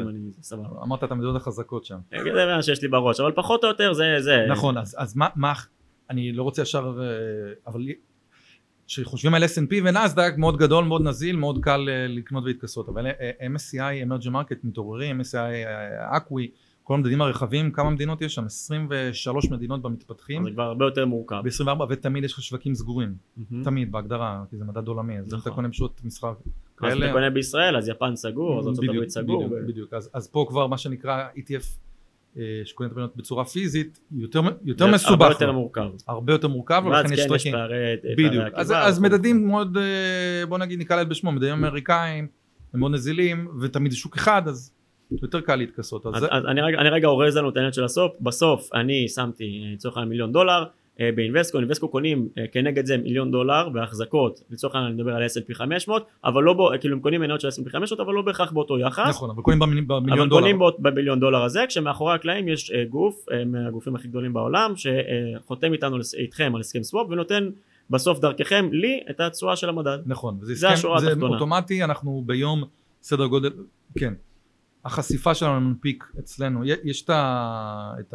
אמרת את המדינות החזקות שם. זה מה שיש לי בראש, אבל פחות או יותר זה... נכון, אז מה, אני לא רוצה ישר, אבל שחושבים על S&P ונסדק, מאוד גדול, מאוד נזיל, מאוד קל לקנות והתכסות, אבל MSCI, Emerging Market מתעוררים, MSCI, אקווי, כל המדדים הרחבים, כמה מדינות יש שם? 23 מדינות במתפתחים. זה כבר הרבה יותר מורכב. ב-24, ותמיד יש לך שווקים סגורים. תמיד, בהגדרה, כי זה מדד עולמי. אז אם אתה קונה פשוט משחק כאלה... אז אתה קונה בישראל, אז יפן סגור, אז ארצות הברית סגור. בדיוק. אז פה כבר מה שנקרא ETF, שקונה את המדינות בצורה פיזית, יותר מסובך. הרבה יותר מורכב. ואז כן יש בדיוק. אז מדדים מאוד, בוא נגיד, נקרא בשמו, מדדים אמריקאים, הם מאוד נזילים, ותמיד שוק אחד, אז יותר קל להתכסות. אז אני רגע אורז לנו את העניין של הסוף. בסוף אני שמתי לצורך $1 מיליון באינבסקו, אינבסקו קונים כנגד זה $1 מיליון בהחזקות, לצורך אני מדבר על S&P 500, אבל לא, כאילו הם קונים מניות של S&P 500, אבל לא בהכרח באותו יחס. נכון, אבל קונים $1 מיליון. אבל קונים $1 מיליון הזה, כשמאחורי הקלעים יש גוף, מהגופים הכי גדולים בעולם, שחותם איתכם על הסכם סוואפ, ונותן בסוף דרככם לי את התשואה של המדד. נכון, זה אוטומטי, אנחנו ביום סדר גודל, כן. החשיפה שלנו למנפיק אצלנו, יש את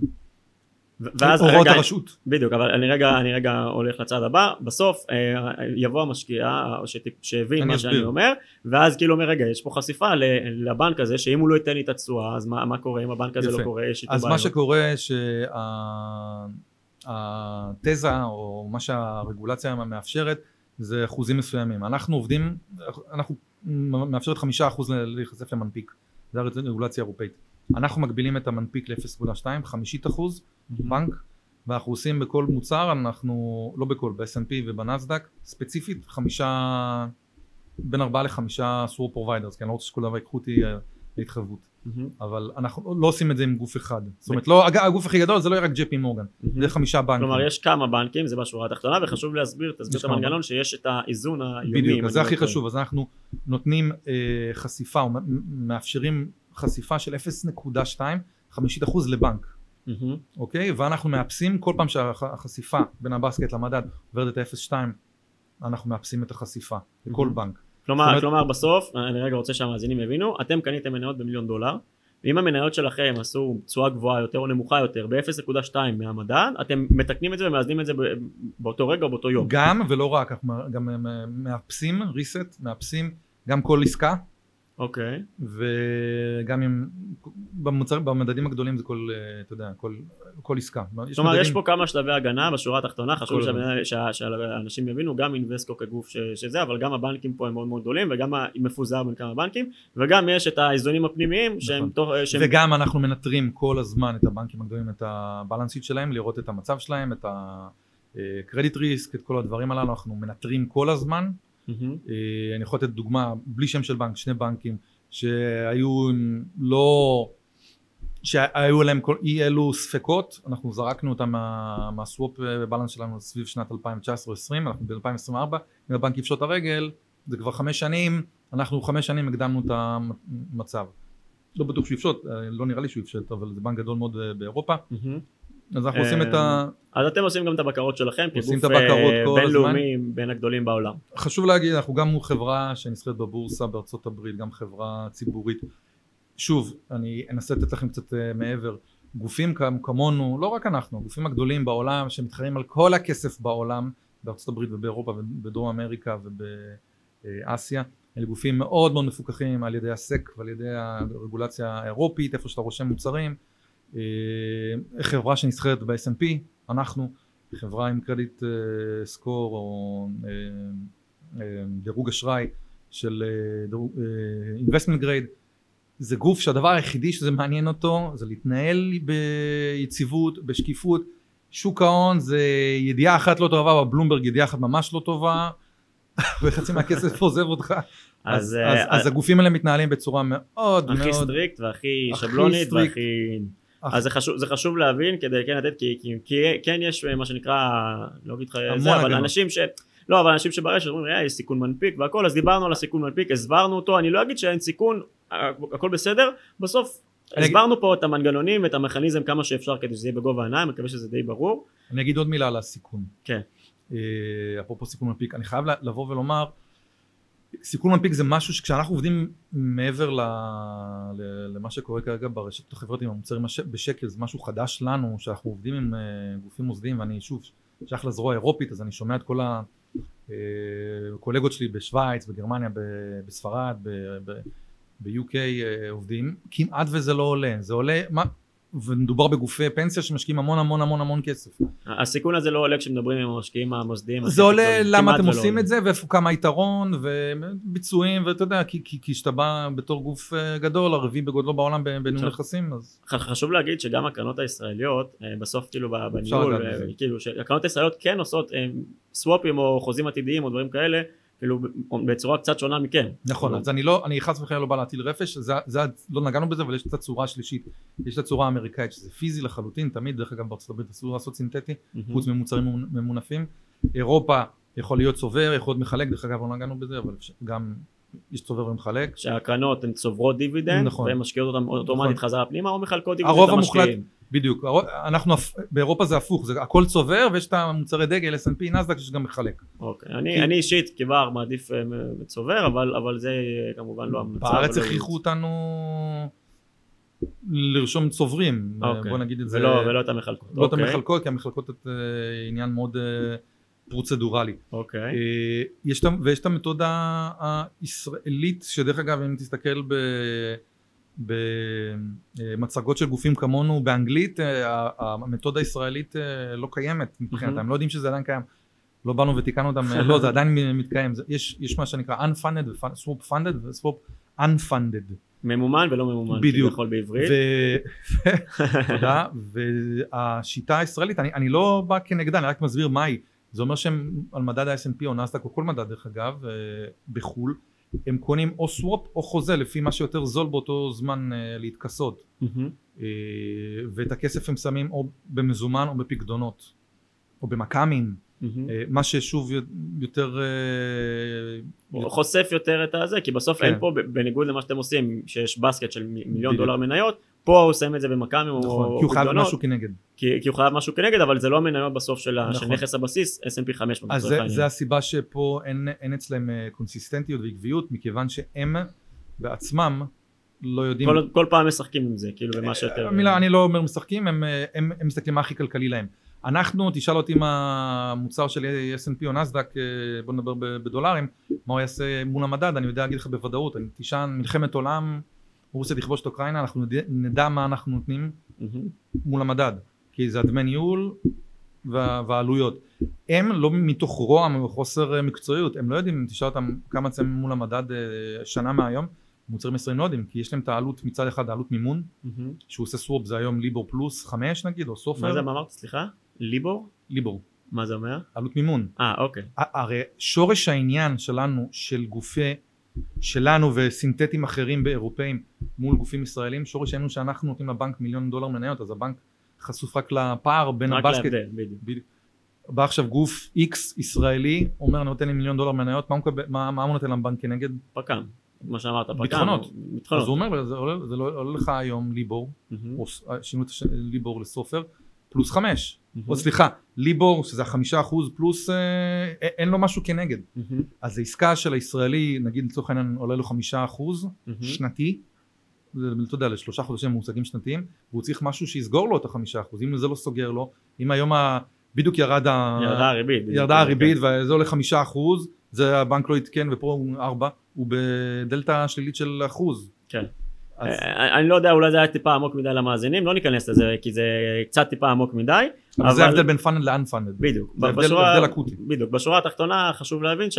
הוראות הרשות. בדיוק, אבל אני רגע הולך לצד הבא, בסוף יבוא המשקיע שהבין מה שאני אומר, ואז כאילו אומר רגע, יש פה חשיפה לבנק הזה, שאם הוא לא ייתן לי את התשואה, אז מה קורה אם הבנק הזה לא קורה? אז מה שקורה שהתזה, או מה שהרגולציה מאפשרת, זה אחוזים מסוימים. אנחנו עובדים, אנחנו מאפשרת 5% להיחשף למנפיק. זה הרגולציה האירופאית. אנחנו מגבילים את המנפיק ל-0.2, 50% בנק, ואנחנו עושים בכל מוצר, אנחנו, לא בכל, ב-S&P ובנסדק, ספציפית, בין 4 ל-5 סוואפ פרוביידרס, כי אני לא רוצה שכל דבר יקחו אותי להתחייבות. אבל אנחנו לא עושים את זה עם גוף אחד. זאת אומרת, לא, הגוף הכי גדול זה לא רק ג'פי מורגן, זה 5 בנקים. כלומר, יש כמה בנקים, זה בשורה התחתונה, וחשוב תסביר את המנגנון שיש את האיזון היומי. בדיוק, אז זה הכי חשוב. אז אנחנו נותנים חשיפה, או מאפשרים חשיפה של 0.2, 50% לבנק. אוקיי? ואנחנו מאפסים כל פעם שהחשיפה בין הבסקט למדד עוברת את ה-0.2, אנחנו מאפסים את החשיפה לכל בנק. כלומר בסוף, אני רגע רוצה שהמאזינים יבינו, אתם קניתם מניות ב$1,000,000, ואם המניות שלכם עשו תשואה גבוהה יותר או נמוכה יותר ב-0.2 מהמדד, אתם מתקנים את זה ומאזנים את זה באותו רגע או באותו יום. גם ולא רק, אנחנו גם מאפסים, reset, מאפסים גם כל עסקה. אוקיי. וגם אם במדדים הגדולים זה כל, אתה יודע, כל עסקה. כלומר, יש פה כמה שלבי הגנה בשורה התחתונה, חשוב שהאנשים יבינו, גם אינבסקו כגוף שזה, אבל גם הבנקים פה הם מאוד מאוד גדולים, וגם מפוזר בין כמה בנקים, וגם יש את האיזונים הפנימיים שהם וגם אנחנו מנטרים כל הזמן את הבנקים הגדולים, את הבלנס שיט שלהם, לראות את המצב שלהם, את הקרדיט ריסק, את כל הדברים הללו, אנחנו מנטרים כל הזמן. אני יכול לתת דוגמה, בלי שם של בנק, 2 בנקים שהיו להם אי אלו ספקות, אנחנו זרקנו אותם מהסוואפ בלנס שלנו סביב שנת 2019-2020, אנחנו ב-2024, אם הבנק יפשוט הרגל, זה כבר 5 שנים, אנחנו 5 שנים הקדמנו את המצב. לא בטוח שהוא יפשוט, לא נראה לי שהוא יפשוט, אבל זה בנק גדול מאוד באירופה. אז אנחנו עושים את אז אתם עושים גם את הבקרות שלכם, כגוף בינלאומי בין הגדולים בעולם. חשוב להגיד, אנחנו גם חברה שנסחרת בבורסה בארצות הברית, גם חברה ציבורית. שוב, אני אנסה לתת לכם קצת מעבר. גופים כמונו, לא רק אנחנו, הגופים הגדולים בעולם שמתחרים על כל הכסף בעולם, בארצות הברית ובאירופה ובדרום אמריקה ובאסיה, אלה גופים מאוד מאוד מפוקחים על ידי הסק ועל ידי הרגולציה האירופית, איפה שאתה רושם מוצרים. חברה שנסחרת ב-S&P, אנחנו חברה עם קרדיט סקור או דירוג אשראי של investment grade. זה גוף שהדבר היחידי שזה מעניין אותו זה להתנהל ביציבות, בשקיפות. שוק ההון זה ידיעה אחת לא טובה, בבלומברג ידיעה אחת ממש לא טובה וחצי מהכסף עוזב אותך. אז הגופים האלה מתנהלים בצורה מאוד הכי סטריקט והכי שבלונית והכי... אז זה חשוב להבין כדי כן לתת, כי כן יש מה שנקרא, לא אגיד לך זה, אבל אנשים שברשת אומרים, יש סיכון מנפיק והכל, אז דיברנו על הסיכון מנפיק, הסברנו אותו, אני לא אגיד שאין סיכון, הכל בסדר, בסוף הסברנו פה את המנגנונים, את המכניזם כמה שאפשר כדי שזה יהיה בגובה העיניים, אני מקווה שזה די ברור. אני אגיד עוד מילה על הסיכון. כן. אפרופו סיכון מנפיק, אני חייב לבוא ולומר, סיכון מנפיק זה משהו שכשאנחנו עובדים מעבר למה שקורה כרגע ברשתות החברתיות עם המוצרים בשקל, זה משהו חדש לנו שאנחנו עובדים עם גופים מוסדיים, ואני שוב שייך לזרוע האירופית, אז אני שומע את כל הקולגות שלי בשוויץ, בגרמניה, בספרד, ב-UK עובדים, כמעט וזה לא עולה, זה עולה, ומדובר בגופי פנסיה שמשקיעים המון המון המון המון כסף. הסיכון הזה לא עולה כשמדברים עם המשקיעים המוסדיים. זה עולה למה אתם עושים את זה ואיפה כמה יתרון וביצועים, ואתה יודע, כי שאתה בא בתור גוף גדול, הרביעי בגודלו בעולם בניהול נכסים. חשוב להגיד שגם הקרנות הישראליות, בסוף כאילו בניהול, כאילו שהקרנות הישראליות כן עושות סוואפים או חוזים עתידיים או דברים כאלה, כאילו בצורה קצת שונה מכם. נכון, אז אני חס וחלילה לא בא להטיל רפש, לא נגענו בזה, אבל יש את הצורה השלישית, יש את הצורה האמריקאית, שזה פיזי לחלוטין, תמיד, דרך אגב בארצות הברית אסור לעשות סינתטי, חוץ ממוצרים ממונפים. אירופה יכול להיות צובר, יכול להיות מחלק, דרך אגב לא נגענו בזה, אבל גם יש צובר ומחלק. שהקרנות הן צוברות דיבידנד, והן משקיעות אותם אוטומטית חזרה פנימה, או מחלקות דיבידנד למשקיעים. בדיוק, אנחנו באירופה זה הפוך, זה הכל צובר ויש את המוצרי דגל S&P, נסדק שיש גם מחלק. אוקיי, אני אישית כבר מעדיף צובר, אבל זה כמובן לא המלצה. בארץ הכריחו אותנו לרשום צוברים, בוא נגיד את זה. ולא את המחלקות. לא את המחלקות, כי המחלקות את עניין מאוד פרוצדורלי. אוקיי. ויש את המתודה הישראלית, שדרך אגב אם תסתכל במצגות של גופים כמונו באנגלית, המתודה הישראלית לא קיימת מבחינתם, הם לא יודעים שזה עדיין קיים, לא באנו ותיקנו אותם, לא, זה עדיין מתקיים, יש מה שנקרא unfunded ו-swap funded ו-swap unfunded, ממומן ולא ממומן, בדיוק, כביכול בעברית. תודה, והשיטה הישראלית, אני לא בא כנגדה, אני רק מסביר מהי, זה אומר שהם על מדד ה-S&P או נסדק או כל מדד דרך אגב בחול, הם קונים או סוואפ או חוזה לפי מה שיותר זול באותו זמן להתכסות, ואת הכסף הם שמים או במזומן או בפקדונות או במקמים, מה ששוב יותר חושף יותר את הזה, כי בסוף אין פה, בניגוד למה שאתם עושים שיש בסקט של $1,000,000 מניות, פה הוא שם את זה במקמים או נכון, כי הוא חייב משהו כנגד, כי הוא חייב משהו כנגד, אבל זה לא המניות בסוף של נכס הבסיס S&P 500. אז זה הסיבה שפה אין אצלם קונסיסטנטיות ועקביות, מכיוון שהם בעצמם לא יודעים, כל פעם משחקים עם זה, כאילו במה שיותר, המילה אני לא אומר משחקים, הם מסתכלים מה הכי כלכלי להם. אנחנו, תשאל אותי מה המוצר של S&P או נסדק, בוא נדבר בדולרים, מה הוא יעשה מול המדד, אני יודע להגיד לך בוודאות, אני תשען מלחמת עולם, רוסיה תכבוש את אוקראינה, אנחנו נדע מה אנחנו נותנים מול המדד, כי זה הדמי ניהול והעלויות. הם לא מתוך רוע או חוסר מקצועיות, הם לא יודעים, תשאל אותם כמה יצא מול המדד שנה מהיום, מוצרים ישראלים לא יודעים, כי יש להם את העלות מצד אחד, העלות מימון, שהוא עושה סוואפ, זה היום ליבור פלוס 5 נגיד, או סופר. מה זה, מה אמרת? סליחה? ליבור? ליבור. מה זה אומר? עלות מימון. אוקיי. הרי שורש העניין שלנו, של גופי שלנו וסינתטים אחרים באירופאים מול גופים ישראלים, שורש העניין שאנחנו נותנים לבנק $1,000,000 מניות, אז הבנק חשוף רק לפער בין הבסקט. רק להבדל, בדיוק. בא עכשיו גוף X ישראלי, אומר אני נותן לי $1,000,000 מניות, מה הוא נותן לבנק כנגד? פקם. מה שאמרת, פקם. ביטחונות. אז הוא אומר, זה לא עולה לך היום ליבור, או שינו את ליבור לסופר, פלוס 5. או סליחה, ליבור, שזה 5% פלוס, אין לו משהו כנגד. אז העסקה של הישראלי, נגיד לצורך העניין עולה לו 5% שנתי, אתה יודע, ל3 חודשים מושגים שנתיים, והוא צריך משהו שיסגור לו את ה5%. אם זה לא סוגר לו, אם היום בדיוק ירדה הריבית, וזה עולה 5%, זה הבנק לא יתקן, ופה הוא 4, הוא בדלטה שלילית של 1%. כן. אני לא יודע, אולי זה היה טיפה עמוק מדי למאזינים, לא ניכנס לזה כי זה קצת טיפה עמוק מדי, אבל זה ההבדל בין פאנד לאנפאנד. בדיוק, זה הבדל אקוטי. בדיוק, בשורה התחתונה חשוב להבין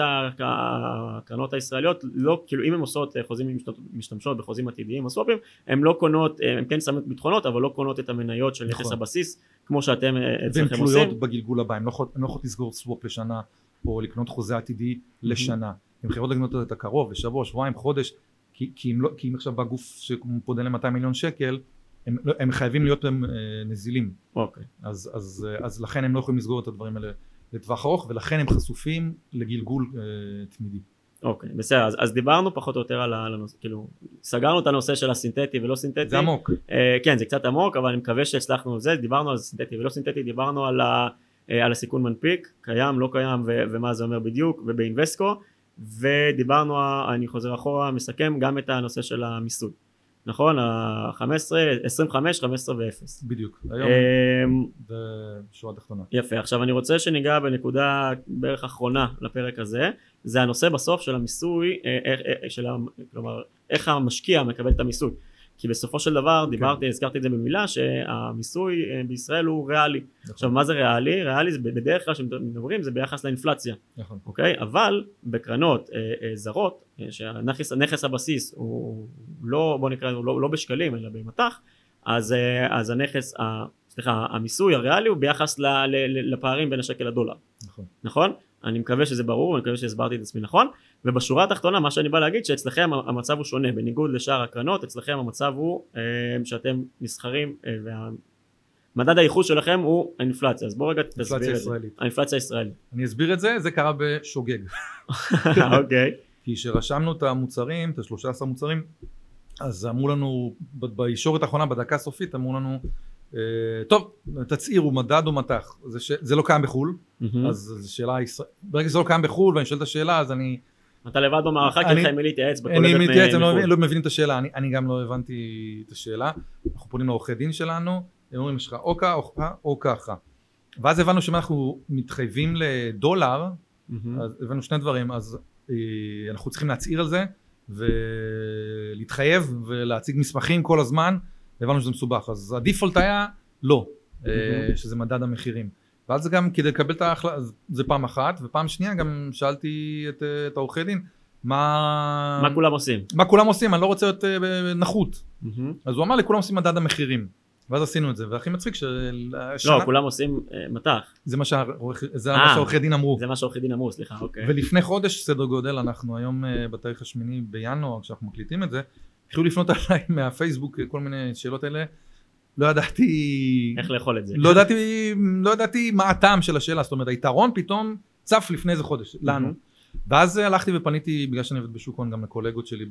שהקרנות הישראליות לא, כאילו אם הן עושות חוזים, משתמשות בחוזים עתידיים או סוואפים, הן לא קונות, הן כן שמות ביטחונות, אבל לא קונות את המניות של נכס הבסיס, כמו שאתם אצלכם עושים. והן תלויות בגלגול הבא, הן לא יכולות לסגור סוואפ לשנה, או לקנות חוזה עתידי לשנה. הן חייבות לקנות את הקרוב, לשבוע, שבועיים, חודש, כי אם עכשיו בגוף שפודה ל$200 מיליון, הם חייבים להיות נזילים. אוקיי. אז לכן הם לא יכולים לסגור את הדברים האלה לטווח ארוך, ולכן הם חשופים לגלגול תמידי. אוקיי, בסדר, אז דיברנו פחות או יותר על הנושא, כאילו, סגרנו את הנושא של הסינתטי ולא סינתטי. זה עמוק. כן, זה קצת עמוק, אבל אני מקווה שהצלחנו על זה, דיברנו על סינתטי ולא סינתטי, דיברנו על הסיכון מנפיק, קיים, לא קיים, ומה זה אומר בדיוק, ובאינבסקו, ודיברנו, אני חוזר אחורה, מסכם גם את הנושא של המיסוי, נכון? 25, 15 ו-0. בדיוק, היום זה שורה תחתונה. יפה, עכשיו אני רוצה שניגע בנקודה בערך אחרונה לפרק הזה, זה הנושא בסוף של המיסוי, כלומר, איך המשקיע מקבל את המיסוי. כי בסופו של דבר, הזכרתי את זה במילה, שהמיסוי בישראל הוא ריאלי. עכשיו, מה זה ריאלי? ריאלי זה בדרך כלל שמדברים, זה ביחס לאינפלציה. אוקיי? אבל בקרנות זרות, שהנכס הבסיס הוא לא, בוא נקרא, הוא לא בשקלים, אלא במטח, אז הנכס, סליחה, המיסוי הריאלי הוא ביחס לפערים בין השקל לדולר. נכון? אני מקווה שזה ברור, אני מקווה שהסברתי את עצמי נכון, ובשורה התחתונה מה שאני בא להגיד שאצלכם המצב הוא שונה, בניגוד לשאר הקרנות, אצלכם המצב הוא שאתם נסחרים והמדד הייחוס שלכם הוא האינפלציה, אז בוא רגע תסביר את זה. האינפלציה הישראלית. אני אסביר את זה, זה קרה בשוגג. אוקיי. כי שרשמנו את המוצרים, את 13 מוצרים, אז אמרו לנו, בישורת האחרונה, בדקה הסופית, אמרו לנו, טוב, תצהירו מדד או מתח, זה לא קיים בחול, אז זו שאלה, ברגע שזה לא קיים בחול ואני שואל את השאלה, אז אתה לבד במערכה, כי לך מי להתייעץ אני מתייעץ, הם לא מבינים את השאלה, אני גם לא הבנתי את השאלה, אנחנו פונים לעורכי דין שלנו, הם אומרים יש לך או ככה, ואז הבנו שאם אנחנו מתחייבים לדולר, אז הבנו שני דברים, אז אנחנו צריכים להצהיר על זה, ולהתחייב ולהציג מסמכים כל הזמן, הבנו שזה מסובך, אז הדיפולט היה לא, שזה מדד המחירים, ואז זה גם כדי לקבל את ההחלטה, זה פעם אחת, ופעם שנייה גם שאלתי את העורכי דין, מה כולם עושים? מה כולם עושים, אני לא רוצה להיות נחות, אז הוא אמר לי כולם עושים מדד המחירים, ואז עשינו את זה, והכי מצחיק לא, כולם עושים מטח. זה מה שעורכי דין אמרו. זה מה שעורכי דין אמרו, סליחה, אוקיי. ולפני חודש סדר גודל, אנחנו היום בתאריך השמיני בינואר, כשאנחנו מקליטים את זה, התחילו לפנות עליי מהפייסבוק כל מיני שאלות האלה, לא ידעתי... איך לאכול את זה. לא ידעתי מה הטעם של השאלה, זאת אומרת, היתרון פתאום צף לפני איזה חודש, לנו. ואז הלכתי ופניתי, בגלל שאני עובד בשוק הון, גם לקולגות שלי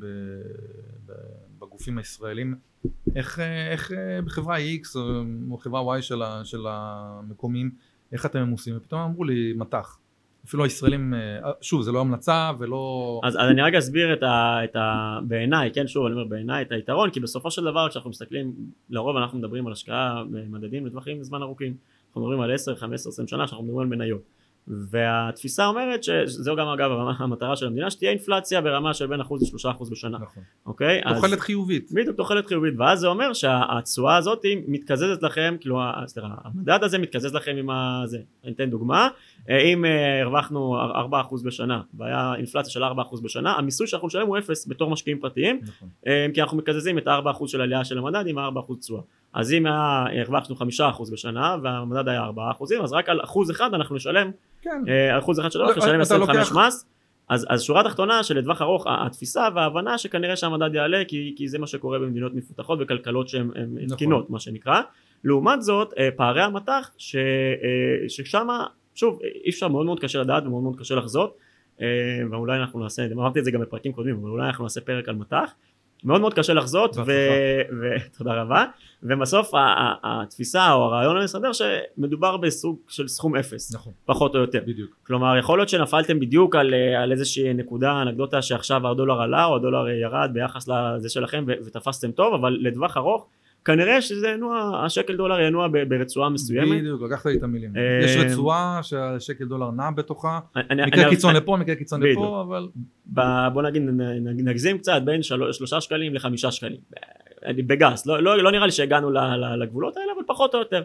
בגופים הישראלים, איך בחברה X או חברה Y של המקומים, איך אתם עושים? ופתאום אמרו לי, מתח. אפילו הישראלים, שוב, זה לא המלצה ולא... אז אני רק אסביר בעיניי, כן, שוב, אני אומר בעיניי את היתרון, כי בסופו של דבר, כשאנחנו מסתכלים, לרוב אנחנו מדברים על השקעה במדדים לטווחים זמן ארוכים. אנחנו מדברים על 10, 15, 20 שנה, שאנחנו מדברים על מניות. והתפיסה אומרת שזהו גם אגב המטרה של המדינה, שתהיה אינפלציה ברמה של בין 1% ל3% בשנה. נכון. אוקיי? תוחלת חיובית. בדיוק, תוחלת חיובית, ואז זה אומר שהתשואה הזאת מתקזזת לכם, כאילו, סליחה, המדד הזה מתקזז לכם עם הזה. אני אתן דוגמה, אם הרווחנו 4% בשנה, והיה אינפלציה של 4% בשנה, המיסוי שאנחנו נשלם הוא 0 בתור משקיעים פרטיים, נכון. כי אנחנו מקזזים את 4% של העלייה של המדד עם 4% תשואה. אז אם הרווחנו 5% בשנה, והמדד היה 4%, אז רק על 1% אנחנו נשלם, כן. 1% של אנחנו נשלם 25 מס, אז שורה תחתונה שלטווח ארוך התפיסה וההבנה שכנראה שהמדד יעלה כי זה מה שקורה במדינות מפותחות וכלכלות שהן תקינות מה שנקרא. לעומת זאת פערי המטח ששם שוב אי אפשר, מאוד מאוד קשה לדעת ומאוד מאוד קשה לחזות, ואולי אנחנו נעשה, אמרתי את זה גם בפרקים קודמים, אבל אולי אנחנו נעשה פרק על מטח, מאוד מאוד קשה לחזות ותודה רבה, ובסוף התפיסה או הרעיון המסדר שמדובר בסוג של סכום אפס, נכון. פחות או יותר. בדיוק. כלומר יכול להיות שנפלתם בדיוק על איזושהי נקודה, אנקדוטה שעכשיו הדולר עלה או הדולר ירד ביחס לזה שלכם ותפסתם טוב, אבל לטווח ארוך כנראה שזה ינוע, השקל דולר ינוע ברצועה מסוימת. בדיוק, לקחת לי את המילים. יש רצועה שהשקל דולר נע בתוכה, מקרה קיצון לפה, מקרה קיצון לפה, אבל... בוא נגיד, נגזים קצת בין 3 שקלים ל5 שקלים. בגס, לא נראה לי שהגענו לגבולות האלה, אבל פחות או יותר.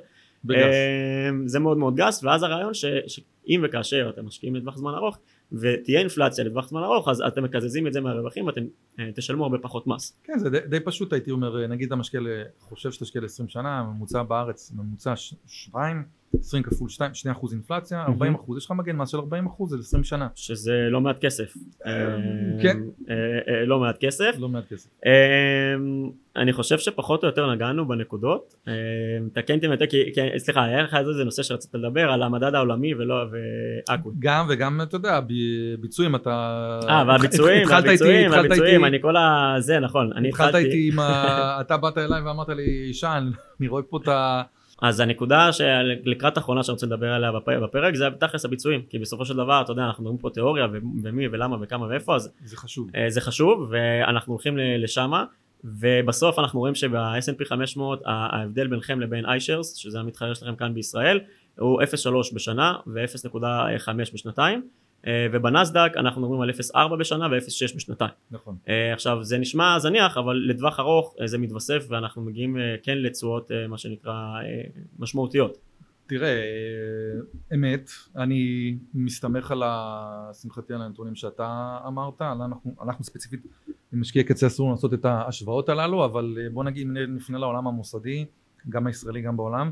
זה מאוד מאוד גס, ואז הרעיון שאם וכאשר אתם משקיעים לטווח זמן ארוך, ותהיה אינפלציה לטווח זמן ארוך, אז אתם מקזזים את זה מהרווחים ואתם תשלמו הרבה פחות מס. כן, זה די פשוט, הייתי אומר, נגיד המשקיע חושב שתשקיע 20 שנה, ממוצע בארץ, ממוצע 2, 20 כפול 2, 2% אינפלציה, 40%, יש לך מגן מס של 40% זה 20 שנה. שזה לא מעט כסף. כן. לא מעט כסף. לא מעט כסף. אני חושב שפחות או יותר נגענו בנקודות, תקנתם יותר, כי סליחה, היה לך איזה נושא שרצית לדבר על המדד העולמי ואקו. גם וגם, אתה יודע, ביצועים אתה... והביצועים, אני כל זה, נכון. התחלת איתי עם אתה באת אליי ואמרת לי, שן, אני רואה פה את ה... אז הנקודה שלקראת האחרונה שאני רוצה לדבר עליה בפרק זה תכלס הביצועים, כי בסופו של דבר אתה יודע אנחנו מדברים פה תיאוריה ומי ולמה וכמה ואיפה, אז זה חשוב ואנחנו הולכים לשמה, ובסוף אנחנו רואים שב-S&P 500 ההבדל ביניכם לבין iShares שזה המתחרה שלכם כאן בישראל הוא 0.3 בשנה ו-0.5 בשנתיים, ובנסדק אנחנו מדברים על 0.4 בשנה ו-0.6 בשנתיים. נכון. עכשיו זה נשמע זניח אבל לטווח ארוך זה מתווסף ואנחנו מגיעים כן לתשואות מה שנקרא משמעותיות. תראה, אמת, אני מסתמך על שמחתי על הנתונים שאתה אמרת, אנחנו ספציפית משקיעי קצה אסור לעשות את ההשוואות הללו, אבל בוא נגיד נפנה לעולם המוסדי, גם הישראלי גם בעולם,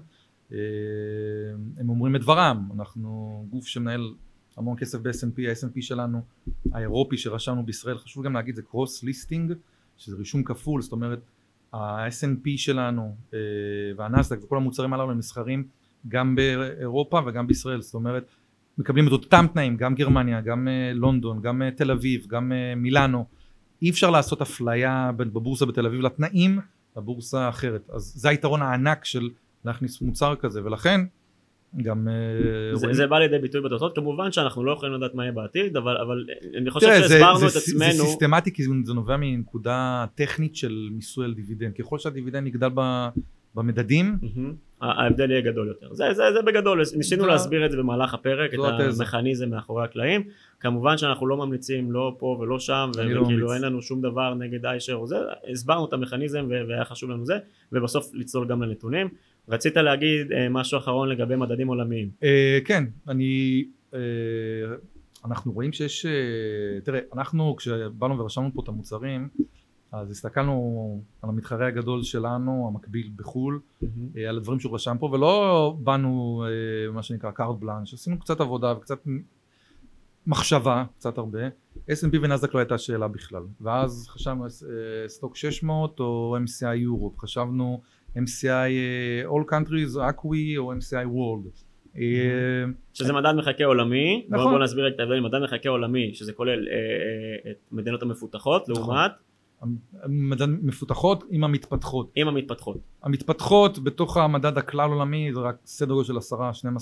הם אומרים את דברם, אנחנו גוף שמנהל המון כסף ב-S&P, ה-S&P שלנו, האירופי שרשמנו בישראל, חשוב גם להגיד זה קרוס ליסטינג, שזה רישום כפול, זאת אומרת ה-S&P שלנו והנסדק וכל המוצרים הללו הם מסחרים גם באירופה וגם בישראל, זאת אומרת מקבלים את אותם תנאים, גם גרמניה, גם לונדון, גם תל אביב, גם מילאנו, אי אפשר לעשות אפליה בבורסה בתל אביב לתנאים בבורסה אחרת, אז זה היתרון הענק של להכניס מוצר כזה, ולכן גם זה בא לידי ביטוי בתוצאות, כמובן שאנחנו לא יכולים לדעת מה יהיה בעתיד, אבל אני חושב שהסברנו את עצמנו. זה סיסטמטי כי זה נובע מנקודה טכנית של מיסוי על דיבידנד, ככל שהדיבידנד יגדל במדדים ההבדל יהיה גדול יותר, זה בגדול, ניסינו להסביר את זה במהלך הפרק, את המכניזם מאחורי הקלעים, כמובן שאנחנו לא ממליצים לא פה ולא שם, וכאילו אין לנו שום דבר נגד iShare או זה, הסברנו את המכניזם והיה חשוב לנו זה, ובסוף לצלול גם לנתונים. רצית להגיד משהו אחרון לגבי מדדים עולמיים? כן, אנחנו רואים שיש, תראה, אנחנו כשבאנו ורשמנו פה את המוצרים, אז הסתכלנו על המתחרה הגדול שלנו, המקביל בחול, על הדברים שהוא רשם פה, ולא באנו מה שנקרא קארט בלאנש, עשינו קצת עבודה וקצת מחשבה, קצת הרבה. S&P ונסדק לא הייתה שאלה בכלל, ואז חשבנו סטוק 600 או MCI יורופ, חשבנו MCI All Countries, Acqui או MCI World. שזה מדד מחקה עולמי. נכון. בואו נסביר את ההבדל. מדד מחקה עולמי שזה כולל את מדינות המפותחות לעומת מדד מפותחות עם המתפתחות. עם המתפתחות. המתפתחות בתוך המדד הכלל עולמי זה רק סדר גודל של 10-12%,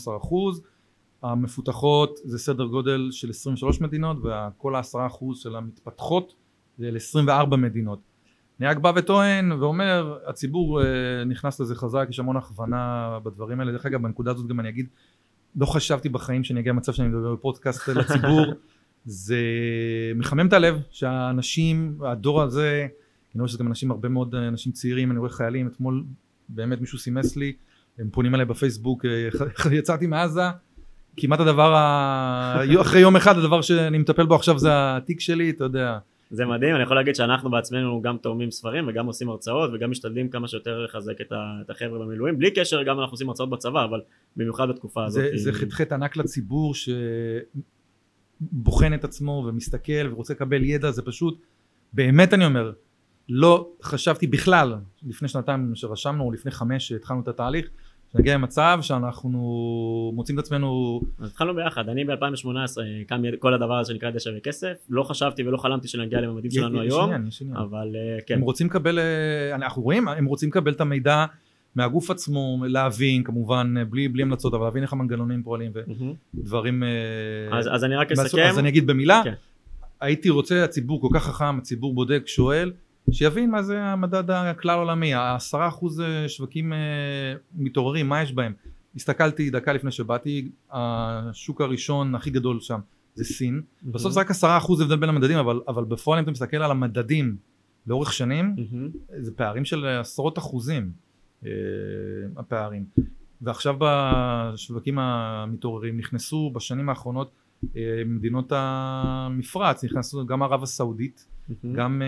המפותחות זה סדר גודל של 23 מדינות, וכל 10% של המתפתחות זה ל-24 מדינות. אני רק בא וטוען ואומר, הציבור נכנס לזה חזק, יש המון הכוונה בדברים האלה. דרך אגב, בנקודה הזאת גם אני אגיד, לא חשבתי בחיים שאני אגיע למצב שאני מדבר בפודקאסט לציבור. זה מחמם את הלב שהאנשים, הדור הזה, אני רואה שזה גם אנשים, הרבה מאוד אנשים צעירים, אני רואה חיילים, אתמול באמת מישהו סימס לי, הם פונים אליי בפייסבוק, יצאתי מעזה, כמעט הדבר, אחרי יום אחד הדבר שאני מטפל בו עכשיו זה התיק שלי, אתה יודע. זה מדהים, אני יכול להגיד שאנחנו בעצמנו גם תורמים ספרים וגם עושים הרצאות וגם משתדלים כמה שיותר לחזק את החבר'ה במילואים, בלי קשר גם אנחנו עושים הרצאות בצבא, אבל במיוחד בתקופה הזאת. זה חתיכת ענק לציבור שבוחן את עצמו ומסתכל ורוצה לקבל ידע, זה פשוט, באמת אני אומר, לא חשבתי בכלל, לפני שנתיים שרשמנו, או לפני 5 שהתחלנו את התהליך, שנגיע למצב שאנחנו מוצאים את עצמנו. אז התחלנו ביחד, אני ב-2018 קם כל הדבר הזה שנקרא ידע שווה כסף, לא חשבתי ולא חלמתי שנגיע לממדים שלנו היום, אבל כן. הם רוצים לקבל, אנחנו רואים, הם רוצים לקבל את המידע מהגוף עצמו, להבין כמובן, בלי המלצות, אבל להבין איך המנגנונים פועלים ודברים. אז אני רק אסכם. אז אני אגיד במילה, הייתי רוצה, הציבור כל כך חכם, הציבור בודק, שואל, שיבין מה זה המדד הכלל עולמי, 10% שווקים מתעוררים, מה יש בהם? הסתכלתי דקה לפני שבאתי, השוק הראשון הכי גדול שם זה סין, בסוף זה רק 10% הבדל בין המדדים, אבל בפועל אם אתה מסתכל על המדדים לאורך שנים, זה פערים של עשרות אחוזים, הפערים. ועכשיו בשווקים המתעוררים נכנסו בשנים האחרונות מדינות המפרץ, נכנסו גם ערב הסעודית, גם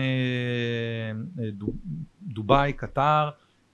דובאי, קטר,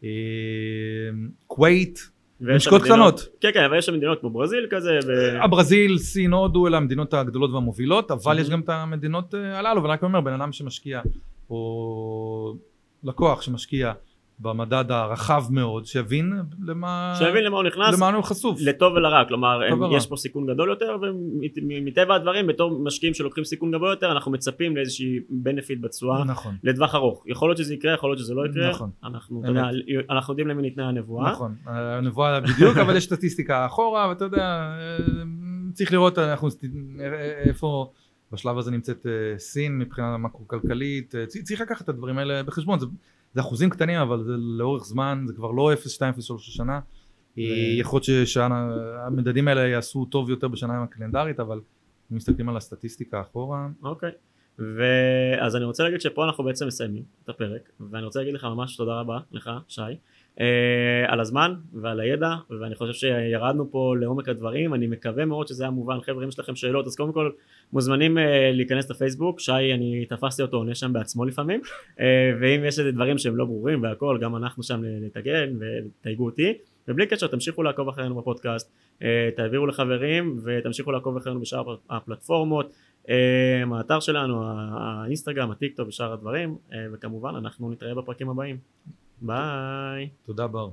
כווית, משקות קטנות. כן, כן, אבל יש שם מדינות כמו ברזיל כזה. הברזיל, סין, הודו, אלה המדינות הגדולות והמובילות, אבל יש גם את המדינות הללו, ורק אומר, בן אדם שמשקיע, או לקוח שמשקיע במדד הרחב מאוד, שיבין למה הוא נכנס, למה הוא חשוף. לטוב ולרע, כלומר יש פה סיכון גדול יותר, ומטבע הדברים בתור משקיעים שלוקחים סיכון גבוה יותר, אנחנו מצפים לאיזושהי בנפיט בתשואה לטווח ארוך. יכול להיות שזה יקרה, יכול להיות שזה לא יקרה, אנחנו יודעים למי ניתנה הנבואה. נכון, הנבואה בדיוק, אבל יש סטטיסטיקה אחורה, ואתה יודע, צריך לראות איפה בשלב הזה נמצאת סין מבחינה מקרו-כלכלית, צריך לקחת את הדברים האלה בחשבון, זה אחוזים קטנים, אבל זה לאורך זמן, זה כבר לא 0.2-0.3 שנה. יכול להיות שהמדדים האלה יעשו טוב יותר בשנה הקלנדרית, אבל אם מסתכלים על הסטטיסטיקה אחורה. אוקיי. אז אני רוצה להגיד שפה אנחנו בעצם מסיימים את הפרק, ואני רוצה להגיד לך ממש תודה רבה לך, שי, על הזמן ועל הידע, ואני חושב שירדנו פה לעומק הדברים. אני מקווה מאוד שזה היה מובן. חבר'ה, אם יש לכם שאלות, אז קודם כל מוזמנים להיכנס לפייסבוק. שי, אני תפסתי אותו עונה שם בעצמו לפעמים, ואם יש איזה דברים שהם לא ברורים והכל, גם אנחנו שם לתגן ותייגו אותי, ובלי קשר תמשיכו לעקוב אחרינו בפודקאסט, תעבירו לחברים ותמשיכו לעקוב אחרינו בשאר הפלטפורמות, האתר שלנו, האינסטגרם, הטיק טוק ושאר הדברים, וכמובן אנחנו נתראה בפרקים הבאים. ביי. תודה בר.